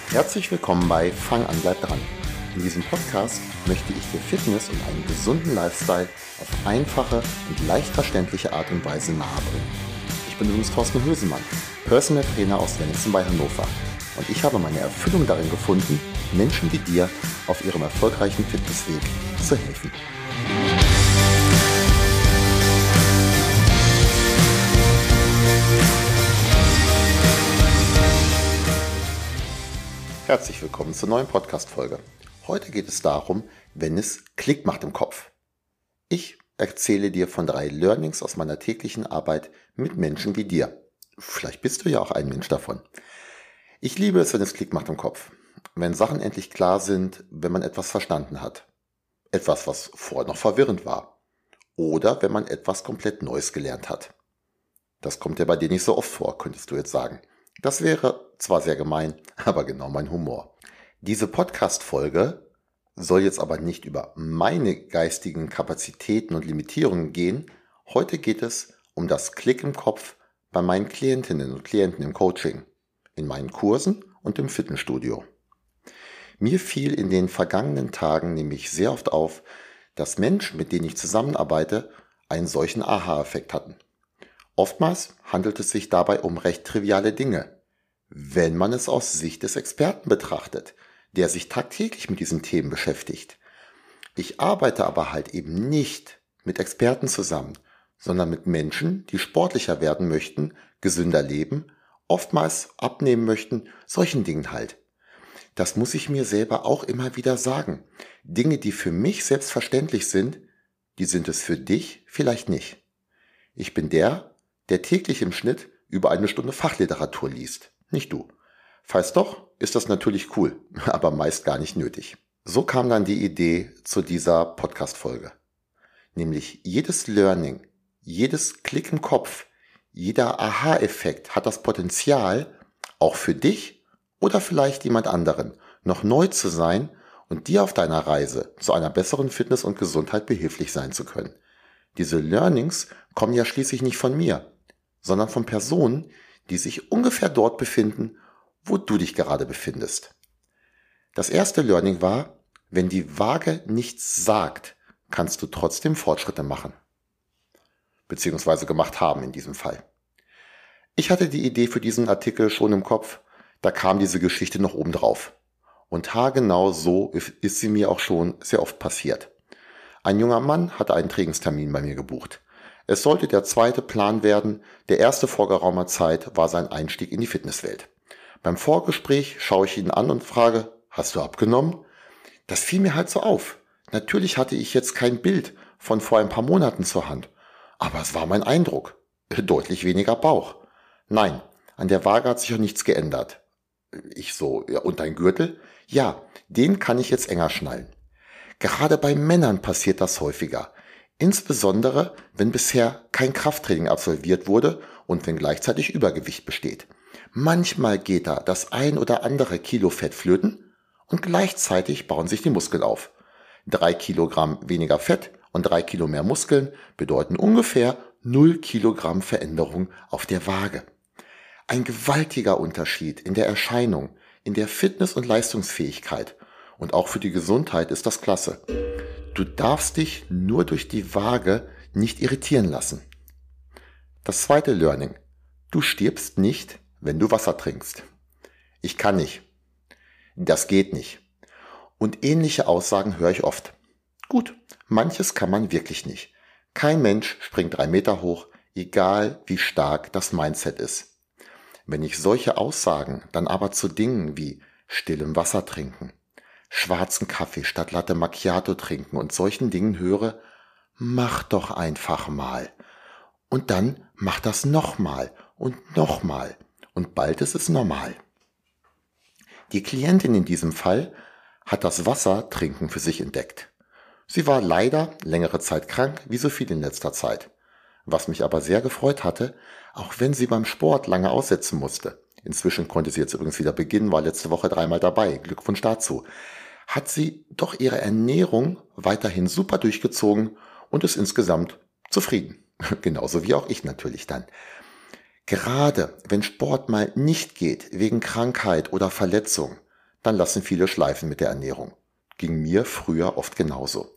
Herzlich willkommen bei Fang an, bleib dran. In diesem Podcast möchte ich dir Fitness und einen gesunden Lifestyle auf einfache und leicht verständliche Art und Weise nahebringen. Ich bin übrigens Thorsten Hösemann, Personal Trainer aus Wenningsen bei Hannover. Und ich habe meine Erfüllung darin gefunden, Menschen wie dir auf ihrem erfolgreichen Fitnessweg zu helfen. Herzlich willkommen zur neuen Podcast-Folge. Heute geht es darum, wenn es Klick macht im Kopf. Ich erzähle dir von 3 Learnings aus meiner täglichen Arbeit mit Menschen wie dir. Vielleicht bist du ja auch ein Mensch davon. Ich liebe es, wenn es Klick macht im Kopf. Wenn Sachen endlich klar sind, wenn man etwas verstanden hat. Etwas, was vorher noch verwirrend war. Oder wenn man etwas komplett Neues gelernt hat. Das kommt ja bei dir nicht so oft vor, könntest du jetzt sagen. Das wäre zwar sehr gemein, aber genau mein Humor. Diese Podcast-Folge soll jetzt aber nicht über meine geistigen Kapazitäten und Limitierungen gehen. Heute geht es um das Klick im Kopf bei meinen Klientinnen und Klienten im Coaching, in meinen Kursen und im Fitnessstudio. Mir fiel in den vergangenen Tagen nämlich sehr oft auf, dass Menschen, mit denen ich zusammenarbeite, einen solchen Aha-Effekt hatten. Oftmals handelt es sich dabei um recht triviale Dinge, wenn man es aus Sicht des Experten betrachtet, der sich tagtäglich mit diesen Themen beschäftigt. Ich arbeite aber halt eben nicht mit Experten zusammen, sondern mit Menschen, die sportlicher werden möchten, gesünder leben, oftmals abnehmen möchten, solchen Dingen halt. Das muss ich mir selber auch immer wieder sagen. Dinge, die für mich selbstverständlich sind, die sind es für dich vielleicht nicht. Ich bin der täglich im Schnitt über 1 Stunde Fachliteratur liest. Nicht du. Falls doch, ist das natürlich cool, aber meist gar nicht nötig. So kam dann die Idee zu dieser Podcast-Folge. Nämlich jedes Learning, jedes Klick im Kopf, jeder Aha-Effekt hat das Potenzial, auch für dich oder vielleicht jemand anderen, noch neu zu sein und dir auf deiner Reise zu einer besseren Fitness und Gesundheit behilflich sein zu können. Diese Learnings kommen ja schließlich nicht von mir, sondern von Personen, die sich ungefähr dort befinden, wo du dich gerade befindest. Das erste Learning war, wenn die Waage nichts sagt, kannst du trotzdem Fortschritte machen. Beziehungsweise gemacht haben in diesem Fall. Ich hatte die Idee für diesen Artikel schon im Kopf, da kam diese Geschichte noch oben drauf. Und haargenau so ist sie mir auch schon sehr oft passiert. Ein junger Mann hatte einen Trainingstermin bei mir gebucht. Es sollte der zweite Plan werden, der erste vor geraumer Zeit war sein Einstieg in die Fitnesswelt. Beim Vorgespräch schaue ich ihn an und frage, hast du abgenommen? Das fiel mir halt so auf. Natürlich hatte ich jetzt kein Bild von vor ein paar Monaten zur Hand, aber es war mein Eindruck. Deutlich weniger Bauch. Nein, an der Waage hat sich auch nichts geändert. Ich so, ja, und dein Gürtel? Ja, den kann ich jetzt enger schnallen. Gerade bei Männern passiert das häufiger. Insbesondere, wenn bisher kein Krafttraining absolviert wurde und wenn gleichzeitig Übergewicht besteht. Manchmal geht da das ein oder andere Kilo Fett flöten und gleichzeitig bauen sich die Muskeln auf. 3 Kilogramm weniger Fett und 3 Kilo mehr Muskeln bedeuten ungefähr 0 Kilogramm Veränderung auf der Waage. Ein gewaltiger Unterschied in der Erscheinung, in der Fitness- und Leistungsfähigkeit. Und auch für die Gesundheit ist das klasse. Du darfst dich nur durch die Waage nicht irritieren lassen. Das zweite Learning. Du stirbst nicht, wenn du Wasser trinkst. Ich kann nicht. Das geht nicht. Und ähnliche Aussagen höre ich oft. Gut, manches kann man wirklich nicht. Kein Mensch springt 3 Meter hoch, egal wie stark das Mindset ist. Wenn ich solche Aussagen dann aber zu Dingen wie stillem Wasser trinken, schwarzen Kaffee statt Latte Macchiato trinken und solchen Dingen höre, mach doch einfach mal. Und dann mach das nochmal und nochmal und bald ist es normal. Die Klientin in diesem Fall hat das Wassertrinken für sich entdeckt. Sie war leider längere Zeit krank, wie so viel in letzter Zeit. Was mich aber sehr gefreut hatte, auch wenn sie beim Sport lange aussetzen musste. Inzwischen konnte sie jetzt übrigens wieder beginnen, war letzte Woche 3-mal dabei. Glückwunsch dazu. Hat sie doch ihre Ernährung weiterhin super durchgezogen und ist insgesamt zufrieden. Genauso wie auch ich natürlich dann. Gerade wenn Sport mal nicht geht, wegen Krankheit oder Verletzung, dann lassen viele schleifen mit der Ernährung. Ging mir früher oft genauso.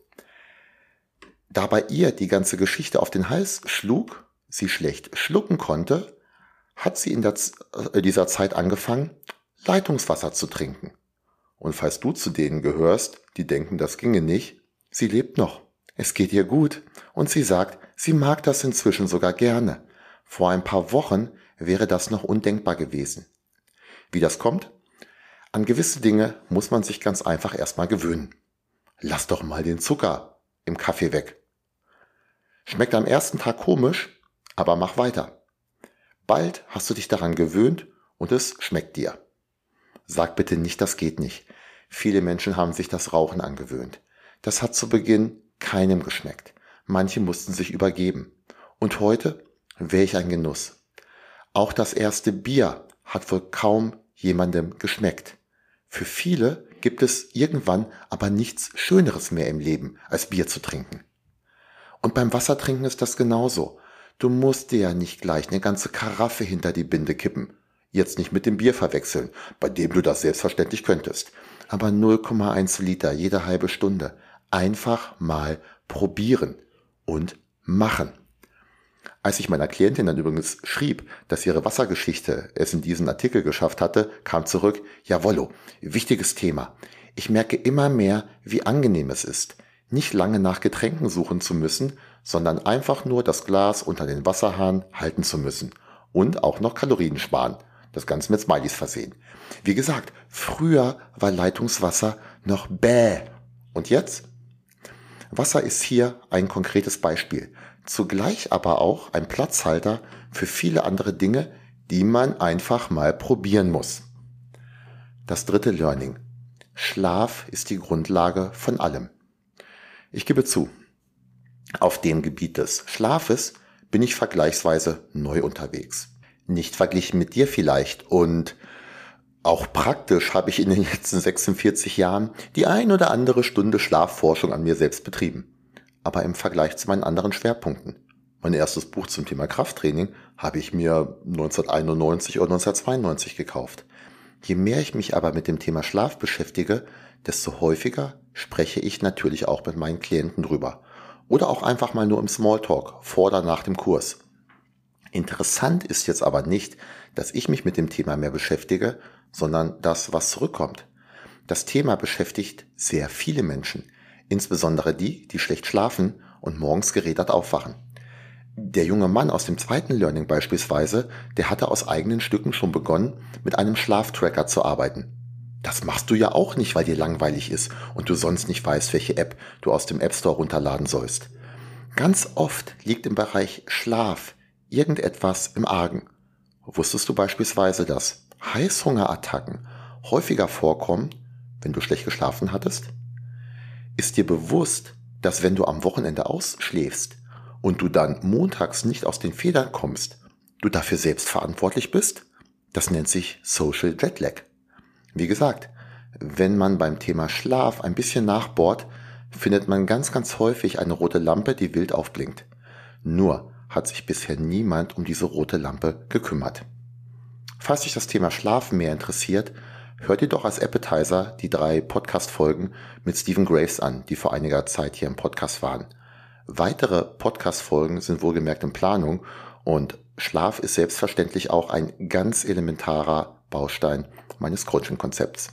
Da bei ihr die ganze Geschichte auf den Hals schlug, sie schlecht schlucken konnte, hat sie in dieser Zeit angefangen, Leitungswasser zu trinken. Und falls du zu denen gehörst, die denken, das ginge nicht, sie lebt noch. Es geht ihr gut und sie sagt, sie mag das inzwischen sogar gerne. Vor ein paar Wochen wäre das noch undenkbar gewesen. Wie das kommt? An gewisse Dinge muss man sich ganz einfach erstmal gewöhnen. Lass doch mal den Zucker im Kaffee weg. Schmeckt am ersten Tag komisch, aber mach weiter. Bald hast du dich daran gewöhnt und es schmeckt dir. Sag bitte nicht, das geht nicht. Viele Menschen haben sich das Rauchen angewöhnt. Das hat zu Beginn keinem geschmeckt. Manche mussten sich übergeben. Und heute welch ein Genuss. Auch das erste Bier hat wohl kaum jemandem geschmeckt. Für viele gibt es irgendwann aber nichts Schöneres mehr im Leben, als Bier zu trinken. Und beim Wassertrinken ist das genauso. Du musst dir ja nicht gleich eine ganze Karaffe hinter die Binde kippen. Jetzt nicht mit dem Bier verwechseln, bei dem du das selbstverständlich könntest. Aber 0,1 Liter jede halbe Stunde. Einfach mal probieren und machen. Als ich meiner Klientin dann übrigens schrieb, dass ihre Wassergeschichte es in diesen Artikel geschafft hatte, kam zurück, jawollo, wichtiges Thema. Ich merke immer mehr, wie angenehm es ist, nicht lange nach Getränken suchen zu müssen, sondern einfach nur das Glas unter den Wasserhahn halten zu müssen. Und auch noch Kalorien sparen. Das Ganze mit Smileys versehen. Wie gesagt, früher war Leitungswasser noch bäh. Und jetzt? Wasser ist hier ein konkretes Beispiel. Zugleich aber auch ein Platzhalter für viele andere Dinge, die man einfach mal probieren muss. Das dritte Learning. Schlaf ist die Grundlage von allem. Ich gebe zu, auf dem Gebiet des Schlafes bin ich vergleichsweise neu unterwegs. Nicht verglichen mit dir vielleicht und auch praktisch habe ich in den letzten 46 Jahren die ein oder andere Stunde Schlafforschung an mir selbst betrieben. Aber im Vergleich zu meinen anderen Schwerpunkten. Mein erstes Buch zum Thema Krafttraining habe ich mir 1991 oder 1992 gekauft. Je mehr ich mich aber mit dem Thema Schlaf beschäftige, desto häufiger spreche ich natürlich auch mit meinen Klienten drüber. Oder auch einfach mal nur im Smalltalk, vor oder nach dem Kurs. Interessant ist jetzt aber nicht, dass ich mich mit dem Thema mehr beschäftige, sondern das, was zurückkommt. Das Thema beschäftigt sehr viele Menschen, insbesondere die, die schlecht schlafen und morgens gerädert aufwachen. Der junge Mann aus dem zweiten Learning beispielsweise, der hatte aus eigenen Stücken schon begonnen, mit einem Schlaftracker zu arbeiten. Das machst du ja auch nicht, weil dir langweilig ist und du sonst nicht weißt, welche App du aus dem App Store runterladen sollst. Ganz oft liegt im Bereich Schlaf irgendetwas im Argen. Wusstest du beispielsweise, dass Heißhungerattacken häufiger vorkommen, wenn du schlecht geschlafen hattest? Ist dir bewusst, dass wenn du am Wochenende ausschläfst und du dann montags nicht aus den Federn kommst, du dafür selbst verantwortlich bist? Das nennt sich Social Jetlag. Wie gesagt, wenn man beim Thema Schlaf ein bisschen nachbohrt, findet man ganz, ganz häufig eine rote Lampe, die wild aufblinkt. Nur hat sich bisher niemand um diese rote Lampe gekümmert. Falls dich das Thema Schlaf mehr interessiert, hört dir doch als Appetizer die 3 Podcast-Folgen mit Stephen Graves an, die vor einiger Zeit hier im Podcast waren. Weitere Podcast-Folgen sind wohlgemerkt in Planung und Schlaf ist selbstverständlich auch ein ganz elementarer Baustein meines Coaching-Konzepts.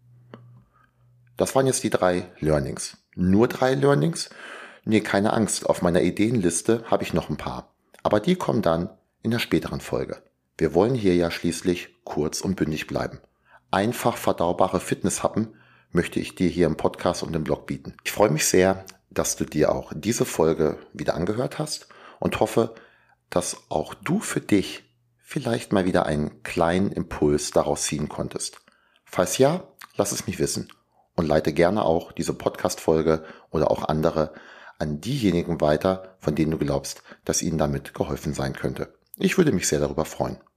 Das waren jetzt die 3 Learnings. Nur 3 Learnings? Nee, keine Angst, auf meiner Ideenliste habe ich noch ein paar. Aber die kommen dann in der späteren Folge. Wir wollen hier ja schließlich kurz und bündig bleiben. Einfach verdaubare Fitnesshappen möchte ich dir hier im Podcast und im Blog bieten. Ich freue mich sehr, dass du dir auch diese Folge wieder angehört hast und hoffe, dass auch du für dich vielleicht mal wieder einen kleinen Impuls daraus ziehen konntest. Falls ja, lass es mich wissen und leite gerne auch diese Podcast-Folge oder auch andere an diejenigen weiter, von denen du glaubst, dass ihnen damit geholfen sein könnte. Ich würde mich sehr darüber freuen.